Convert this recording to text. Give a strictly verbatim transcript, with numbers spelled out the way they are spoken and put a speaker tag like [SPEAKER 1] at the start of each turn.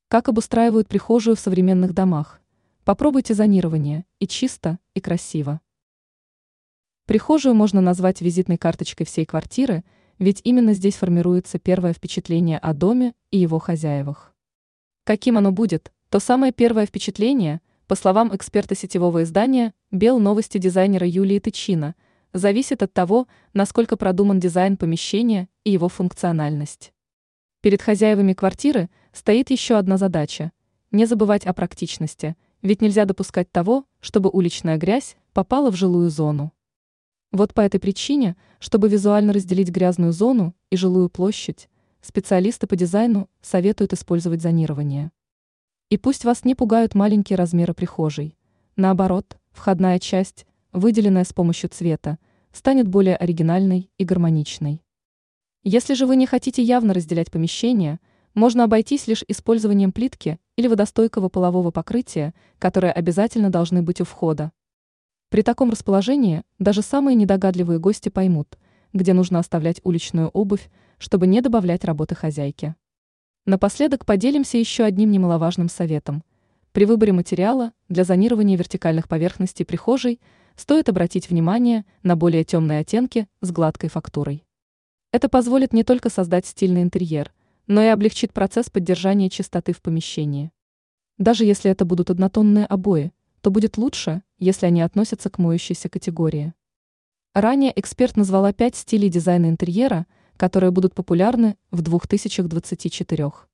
[SPEAKER 1] Как обустраивают прихожую в современных домах? Попробуйте зонирование, и чисто, и красиво. Прихожую можно назвать визитной карточкой всей квартиры, ведь именно здесь формируется первое впечатление о доме и его хозяевах. Каким оно будет, то самое первое впечатление, по словам эксперта сетевого издания «Бел новости» дизайнера Юлии Тычина, зависит от того, насколько продуман дизайн помещения и его функциональность. Перед хозяевами квартиры стоит еще одна задача – не забывать о практичности, ведь нельзя допускать того, чтобы уличная грязь попала в жилую зону. Вот по этой причине, чтобы визуально разделить грязную зону и жилую площадь, специалисты по дизайну советуют использовать зонирование. И пусть вас не пугают маленькие размеры прихожей. Наоборот, входная часть, выделенная с помощью цвета, станет более оригинальной и гармоничной. Если же вы не хотите явно разделять помещение, можно обойтись лишь использованием плитки или водостойкого полового покрытия, которые обязательно должны быть у входа. При таком расположении даже самые недогадливые гости поймут, где нужно оставлять уличную обувь, чтобы не добавлять работы хозяйке. Напоследок поделимся еще одним немаловажным советом. При выборе материала для зонирования вертикальных поверхностей прихожей стоит обратить внимание на более темные оттенки с гладкой фактурой. Это позволит не только создать стильный интерьер, но и облегчит процесс поддержания чистоты в помещении. Даже если это будут однотонные обои, то будет лучше, если они относятся к моющейся категории. Ранее эксперт назвала пять стилей дизайна интерьера, которые будут популярны в две тысячи двадцать четыре.